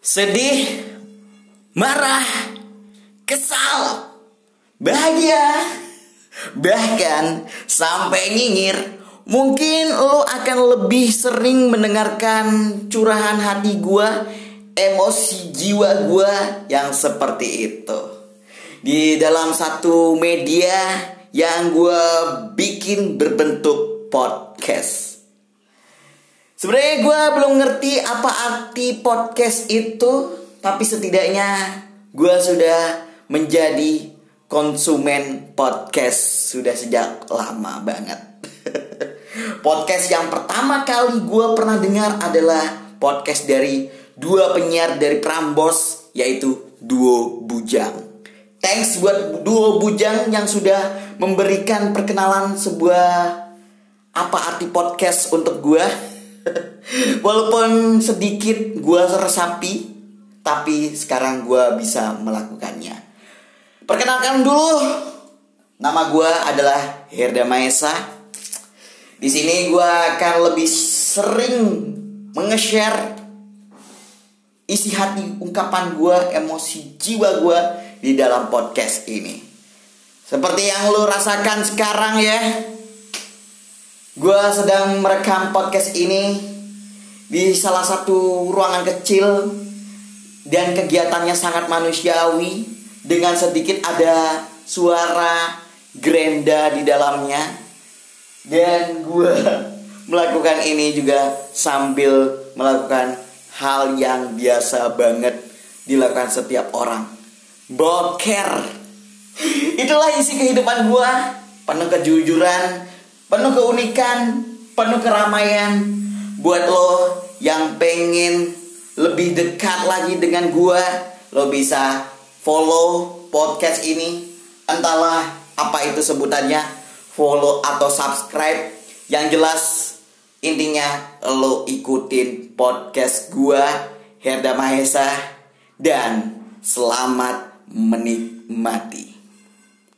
sedih, marah, kesal, bahagia, bahkan sampai nyinyir. Mungkin lo akan lebih sering mendengarkan curahan hati gua, emosi jiwa gua yang seperti itu di dalam satu media yang gua bikin berbentuk podcast. Sebenarnya gue belum ngerti apa arti podcast itu, tapi setidaknya gue sudah menjadi konsumen podcast sudah sejak lama banget. Podcast yang pertama kali gue pernah dengar adalah podcast dari dua penyiar dari Prambors, yaitu Duo Bujang. Thanks buat Duo Bujang yang sudah memberikan perkenalan sebuah apa arti podcast untuk gue. Walaupun sedikit gue resapi, tapi sekarang gue bisa melakukannya. Perkenalkan dulu, nama gue adalah Herda Maesa. Di sini gue akan lebih sering menge-share isi hati, ungkapan gue, emosi jiwa gue di dalam podcast ini. Seperti yang lo rasakan sekarang ya. Gue sedang merekam podcast ini di salah satu ruangan kecil dan kegiatannya sangat manusiawi, dengan sedikit ada suara gerenda di dalamnya. Dan gue melakukan ini juga sambil melakukan hal yang biasa banget dilakukan setiap orang, boker. Itulah isi kehidupan gue, penuh kejujuran, penuh keunikan, penuh keramaian. Buat lo yang pengen lebih dekat lagi dengan gue, lo bisa follow podcast ini. Entahlah apa itu sebutannya, follow atau subscribe. Yang jelas intinya lo ikutin podcast gue, Herda Mahesa. Dan selamat menikmati.